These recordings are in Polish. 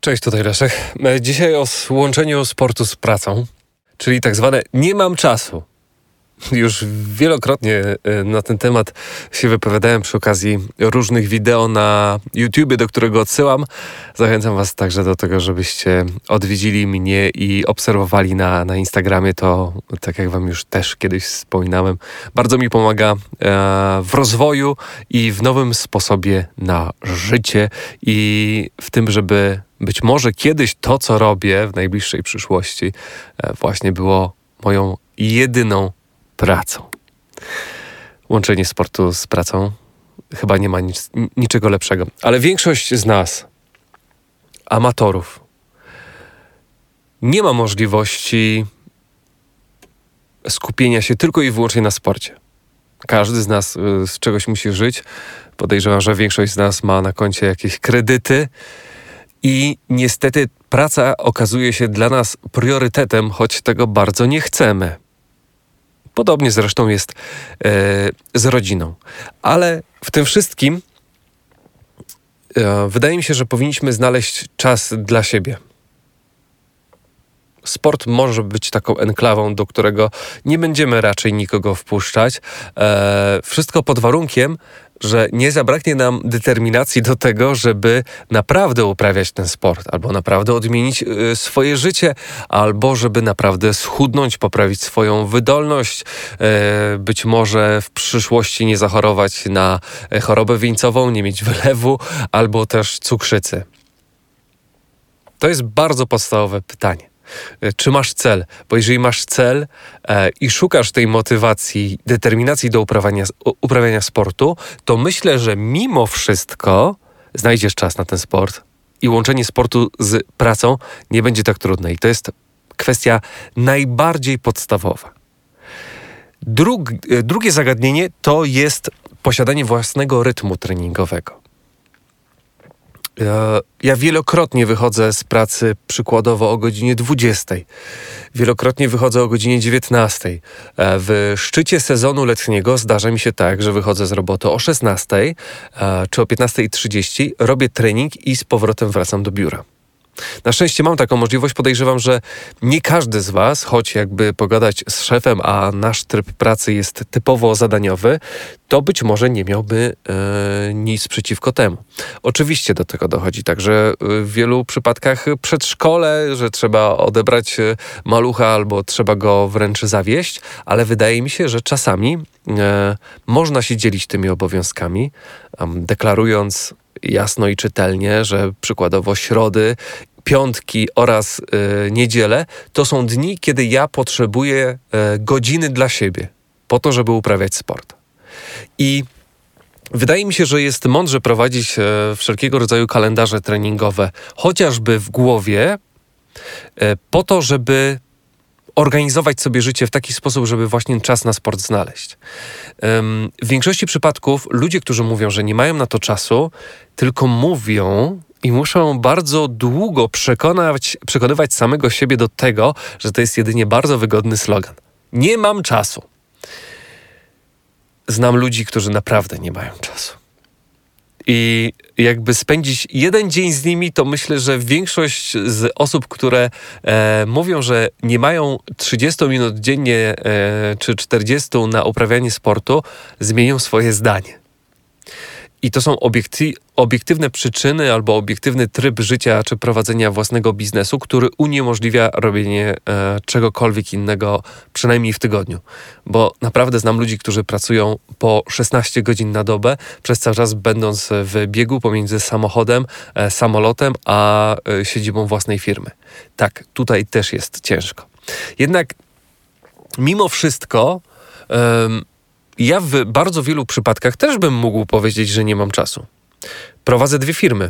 Cześć, tutaj Leszek. Dzisiaj o łączeniu sportu z pracą, czyli tak zwane nie mam czasu. Już wielokrotnie na ten temat się wypowiadałem przy okazji różnych wideo na YouTubie, do którego odsyłam. Zachęcam Was także do tego, żebyście odwiedzili mnie i obserwowali na Instagramie. To, tak jak Wam już też kiedyś wspominałem, bardzo mi pomaga w rozwoju i w nowym sposobie na życie i w tym, żeby być może kiedyś to, co robię w najbliższej przyszłości, właśnie było moją jedyną pracą. Łączenie sportu z pracą chyba nie ma niczego lepszego. Ale większość z nas, amatorów, nie ma możliwości skupienia się tylko i wyłącznie na sporcie. Każdy z nas z czegoś musi żyć. Podejrzewam, że większość z nas ma na koncie jakieś kredyty i niestety praca okazuje się dla nas priorytetem, choć tego bardzo nie chcemy. Podobnie zresztą jest z rodziną. Ale w tym wszystkim wydaje mi się, że powinniśmy znaleźć czas dla siebie. Sport może być taką enklawą, do którego nie będziemy raczej nikogo wpuszczać. Wszystko pod warunkiem, że nie zabraknie nam determinacji do tego, żeby naprawdę uprawiać ten sport, albo naprawdę odmienić swoje życie, albo żeby naprawdę schudnąć, poprawić swoją wydolność, być może w przyszłości nie zachorować na chorobę wieńcową, nie mieć wylewu, albo też cukrzycy. To jest bardzo podstawowe pytanie. Czy masz cel? Bo jeżeli masz cel i szukasz tej motywacji, determinacji do uprawiania sportu, to myślę, że mimo wszystko znajdziesz czas na ten sport i łączenie sportu z pracą nie będzie tak trudne. I to jest kwestia najbardziej podstawowa. Drugie zagadnienie to jest posiadanie własnego rytmu treningowego. Ja wielokrotnie wychodzę z pracy przykładowo o godzinie 20. Wielokrotnie wychodzę o godzinie 19. W szczycie sezonu letniego zdarza mi się tak, że wychodzę z roboty o 16 czy o 15:30, robię trening i z powrotem wracam do biura. Na szczęście mam taką możliwość. Podejrzewam, że nie każdy z Was, choć jakby pogadać z szefem, a nasz tryb pracy jest typowo zadaniowy, to być może nie miałby nic przeciwko temu. Oczywiście do tego dochodzi także w wielu przypadkach przedszkole, że trzeba odebrać malucha albo trzeba go wręcz zawieźć, ale wydaje mi się, że czasami można się dzielić tymi obowiązkami, deklarując jasno i czytelnie, że przykładowo środy, piątki oraz niedziele to są dni, kiedy ja potrzebuję godziny dla siebie po to, żeby uprawiać sport. I wydaje mi się, że jest mądrze prowadzić wszelkiego rodzaju kalendarze treningowe, chociażby w głowie, po to, żeby organizować sobie życie w taki sposób, żeby właśnie czas na sport znaleźć. W większości przypadków ludzie, którzy mówią, że nie mają na to czasu, tylko mówią i muszą bardzo długo przekonywać samego siebie do tego, że to jest jedynie bardzo wygodny slogan. Nie mam czasu. Znam ludzi, którzy naprawdę nie mają czasu. I jakby spędzić jeden dzień z nimi, to myślę, że większość z osób, które mówią, że nie mają 30 minut dziennie czy 40 na uprawianie sportu, zmienią swoje zdanie. I to są obiektywne przyczyny albo obiektywny tryb życia czy prowadzenia własnego biznesu, który uniemożliwia robienie czegokolwiek innego, przynajmniej w tygodniu. Bo naprawdę znam ludzi, którzy pracują po 16 godzin na dobę, przez cały czas będąc w biegu pomiędzy samochodem, samolotem, a siedzibą własnej firmy. Tak, tutaj też jest ciężko. Jednak mimo wszystko ja w bardzo wielu przypadkach też bym mógł powiedzieć, że nie mam czasu. Prowadzę 2 firmy.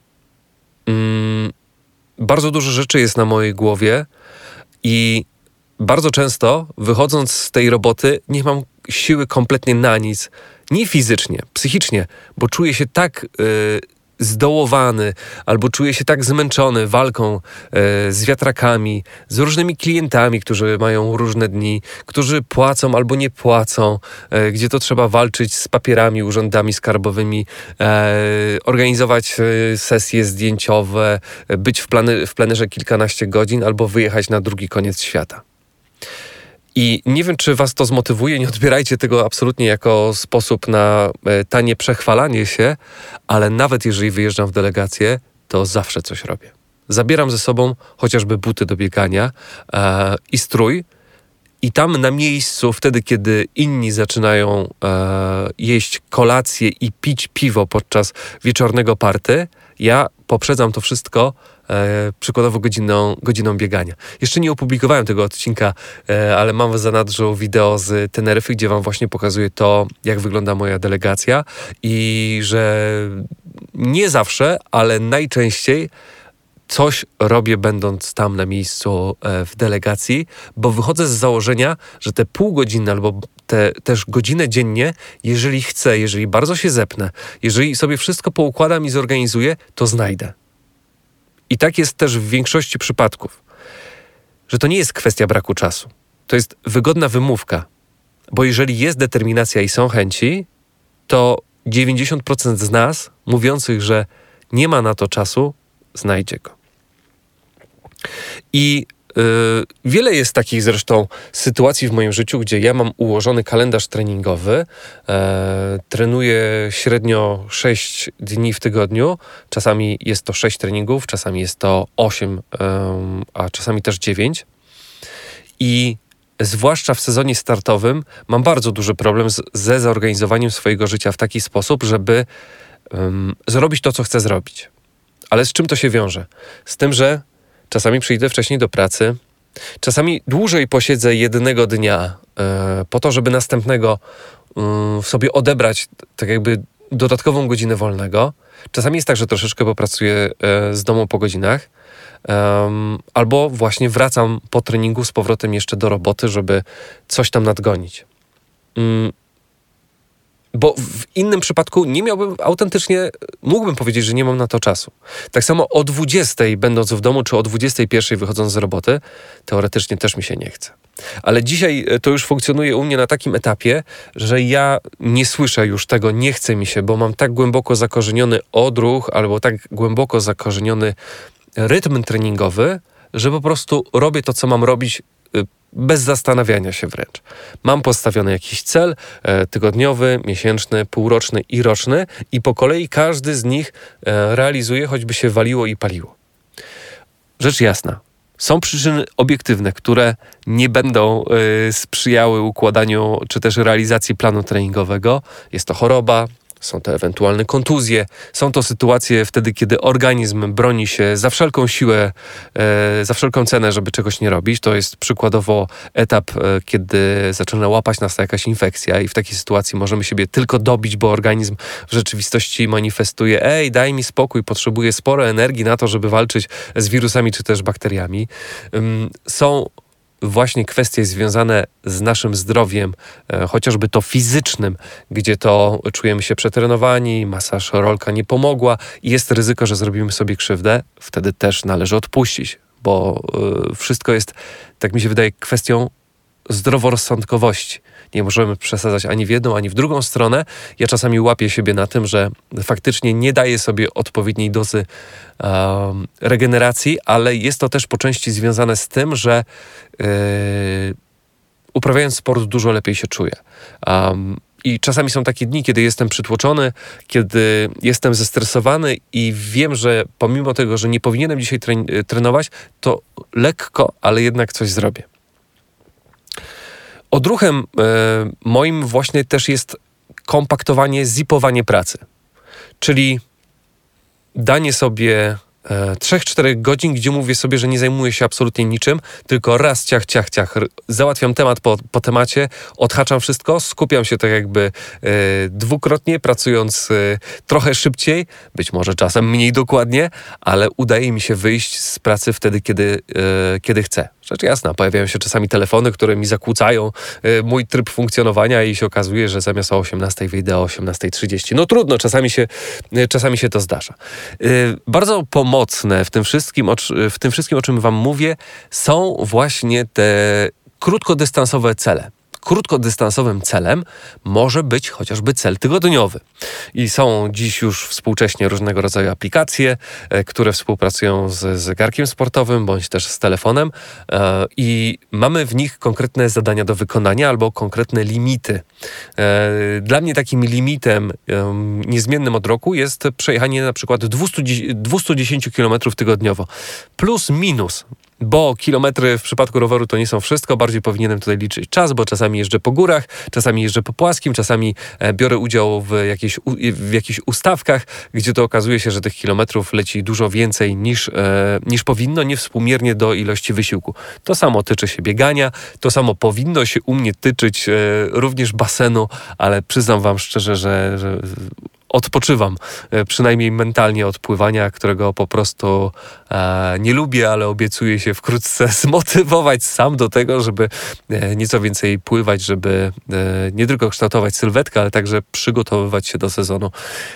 Bardzo dużo rzeczy jest na mojej głowie i bardzo często wychodząc z tej roboty nie mam siły kompletnie na nic. Nie fizycznie, psychicznie, bo czuję się tak zdołowany, albo czuję się tak zmęczony walką z wiatrakami, z różnymi klientami, którzy mają różne dni, którzy płacą albo nie płacą, gdzie to trzeba walczyć z papierami, urzędami skarbowymi, organizować sesje zdjęciowe, być w plenerze kilkanaście godzin albo wyjechać na drugi koniec świata. I nie wiem, czy was to zmotywuje, nie odbierajcie tego absolutnie jako sposób na tanie przechwalanie się, ale nawet jeżeli wyjeżdżam w delegację, to zawsze coś robię. Zabieram ze sobą chociażby buty do biegania i strój i tam na miejscu, wtedy kiedy inni zaczynają jeść kolację i pić piwo podczas wieczornego party, ja poprzedzam to wszystko przykładowo godziną biegania. Jeszcze nie opublikowałem tego odcinka, ale mam w zanadrzu wideo z Teneryfy, gdzie wam właśnie pokazuję to, jak wygląda moja delegacja i że nie zawsze, ale najczęściej coś robię, będąc tam na miejscu w delegacji, bo wychodzę z założenia, że te pół godziny albo też godzinę dziennie, jeżeli chcę, jeżeli bardzo się zepnę, jeżeli sobie wszystko poukładam i zorganizuję, to znajdę. I tak jest też w większości przypadków, że to nie jest kwestia braku czasu. To jest wygodna wymówka, bo jeżeli jest determinacja i są chęci, to 90% z nas mówiących, że nie ma na to czasu, znajdzie go. I wiele jest takich zresztą sytuacji w moim życiu, gdzie ja mam ułożony kalendarz treningowy, trenuję średnio 6 dni w tygodniu, czasami jest to 6 treningów, czasami jest to 8, a czasami też 9 i zwłaszcza w sezonie startowym mam bardzo duży problem ze zorganizowaniem swojego życia w taki sposób, żeby zrobić to, co chcę zrobić. Ale z czym to się wiąże? Z tym, że czasami przyjdę wcześniej do pracy, czasami dłużej posiedzę jednego dnia po to, żeby następnego sobie odebrać tak jakby dodatkową godzinę wolnego. Czasami jest tak, że troszeczkę popracuję z domu po godzinach, albo właśnie wracam po treningu z powrotem jeszcze do roboty, żeby coś tam nadgonić. Bo w innym przypadku nie miałbym autentycznie, mógłbym powiedzieć, że nie mam na to czasu. Tak samo o 20 będąc w domu, czy o 21 wychodząc z roboty, teoretycznie też mi się nie chce. Ale dzisiaj to już funkcjonuje u mnie na takim etapie, że ja nie słyszę już tego, nie chce mi się, bo mam tak głęboko zakorzeniony odruch, albo tak głęboko zakorzeniony rytm treningowy, że po prostu robię to, co mam robić bez zastanawiania się wręcz. Mam postawiony jakiś cel tygodniowy, miesięczny, półroczny i roczny i po kolei każdy z nich realizuję, choćby się waliło i paliło. Rzecz jasna. Są przyczyny obiektywne, które nie będą sprzyjały układaniu czy też realizacji planu treningowego. Jest to choroba, są to ewentualne kontuzje, są to sytuacje wtedy, kiedy organizm broni się za wszelką siłę, za wszelką cenę, żeby czegoś nie robić. To jest przykładowo etap, kiedy zaczyna łapać nas jakaś infekcja i w takiej sytuacji możemy siebie tylko dobić, bo organizm w rzeczywistości manifestuje: ej, daj mi spokój, potrzebuję sporo energii na to, żeby walczyć z wirusami czy też bakteriami. Są właśnie kwestie związane z naszym zdrowiem, chociażby to fizycznym, gdzie to czujemy się przetrenowani, masaż rolka nie pomogła i jest ryzyko, że zrobimy sobie krzywdę, wtedy też należy odpuścić, bo wszystko jest, tak mi się wydaje, kwestią zdroworozsądkowości. Nie możemy przesadzać ani w jedną, ani w drugą stronę. Ja czasami łapię siebie na tym, że faktycznie nie daję sobie odpowiedniej dozy regeneracji, ale jest to też po części związane z tym, że uprawiając sport dużo lepiej się czuję. I czasami są takie dni, kiedy jestem przytłoczony, kiedy jestem zestresowany i wiem, że pomimo tego, że nie powinienem dzisiaj trenować, to lekko, ale jednak coś zrobię. Odruchem moim właśnie też jest kompaktowanie, zipowanie pracy. Czyli danie sobie 3-4 godzin, gdzie mówię sobie, że nie zajmuję się absolutnie niczym, tylko raz ciach, załatwiam temat po temacie, odhaczam wszystko, skupiam się tak jakby dwukrotnie, pracując trochę szybciej, być może czasem mniej dokładnie, ale udaje mi się wyjść z pracy wtedy, kiedy chcę. Rzecz jasna, pojawiają się czasami telefony, które mi zakłócają mój tryb funkcjonowania i się okazuje, że zamiast o 18 wyjdę o 18:30. No trudno, czasami się to zdarza. Bardzo pomocne w tym wszystkim, o czym wam mówię, są właśnie te krótkodystansowe cele. Krótkodystansowym celem może być chociażby cel tygodniowy. I są dziś już współcześnie różnego rodzaju aplikacje, które współpracują z zegarkiem sportowym bądź też z telefonem i mamy w nich konkretne zadania do wykonania albo konkretne limity. Dla mnie takim limitem niezmiennym od roku jest przejechanie na przykład 210 km tygodniowo. Plus minus. Bo kilometry w przypadku roweru to nie są wszystko, bardziej powinienem tutaj liczyć czas, bo czasami jeżdżę po górach, czasami jeżdżę po płaskim, czasami biorę udział w jakichś ustawkach, gdzie to okazuje się, że tych kilometrów leci dużo więcej niż powinno, niewspółmiernie do ilości wysiłku. To samo tyczy się biegania, to samo powinno się u mnie tyczyć również basenu, ale przyznam wam szczerze, że odpoczywam, przynajmniej mentalnie od pływania, którego po prostu nie lubię, ale obiecuję się wkrótce zmotywować sam do tego, żeby nieco więcej pływać, żeby nie tylko kształtować sylwetkę, ale także przygotowywać się do sezonu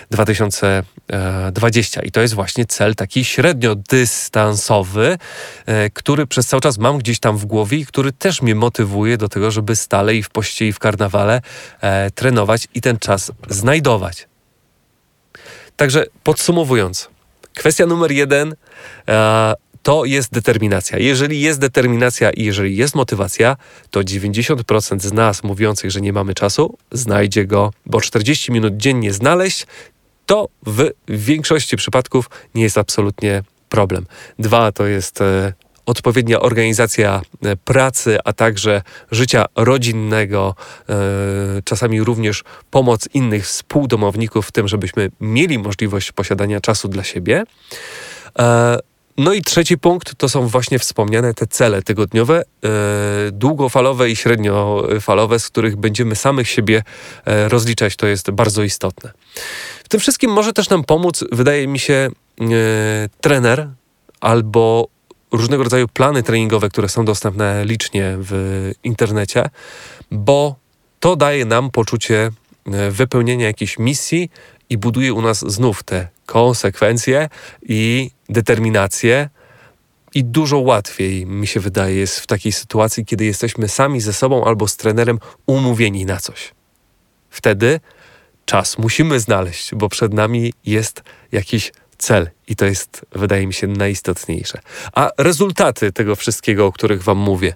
2020. I to jest właśnie cel taki średniodystansowy, który przez cały czas mam gdzieś tam w głowie i który też mnie motywuje do tego, żeby stale i w poście i w karnawale trenować i ten czas znajdować. Także podsumowując, kwestia numer 1 to jest determinacja. Jeżeli jest determinacja i jeżeli jest motywacja, to 90% z nas mówiących, że nie mamy czasu, znajdzie go, bo 40 minut dziennie znaleźć, to w większości przypadków nie jest absolutnie problem. 2 to jest odpowiednia organizacja pracy, a także życia rodzinnego, czasami również pomoc innych współdomowników w tym, żebyśmy mieli możliwość posiadania czasu dla siebie. No i 3 punkt to są właśnie wspomniane te cele tygodniowe, długofalowe i średniofalowe, z których będziemy samych siebie rozliczać. To jest bardzo istotne. W tym wszystkim może też nam pomóc, wydaje mi się, trener albo różnego rodzaju plany treningowe, które są dostępne licznie w internecie, bo to daje nam poczucie wypełnienia jakiejś misji i buduje u nas znów te konsekwencje i determinację. I dużo łatwiej, mi się wydaje, jest w takiej sytuacji, kiedy jesteśmy sami ze sobą albo z trenerem umówieni na coś. Wtedy czas musimy znaleźć, bo przed nami jest jakiś cel i to jest, wydaje mi się, najistotniejsze. A rezultaty tego wszystkiego, o których wam mówię,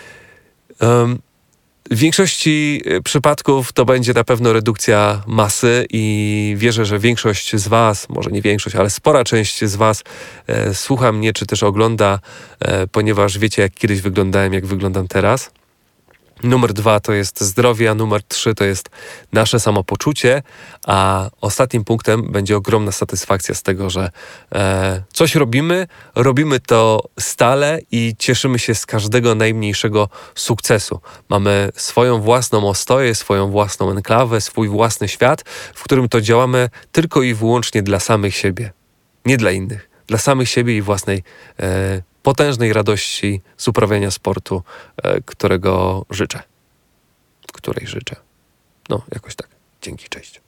w większości przypadków to będzie na pewno redukcja masy i wierzę, że większość z was, może nie większość, ale spora część z was słucha mnie, czy też ogląda, ponieważ wiecie, jak kiedyś wyglądałem, jak wyglądam teraz. Numer 2 to jest zdrowie, a numer 3 to jest nasze samopoczucie, a ostatnim punktem będzie ogromna satysfakcja z tego, że coś robimy to stale i cieszymy się z każdego najmniejszego sukcesu. Mamy swoją własną ostoję, swoją własną enklawę, swój własny świat, w którym to działamy tylko i wyłącznie dla samych siebie, nie dla innych, dla samych siebie i własnej potężnej radości z uprawiania sportu, której życzę. No, jakoś tak. Dzięki, cześć.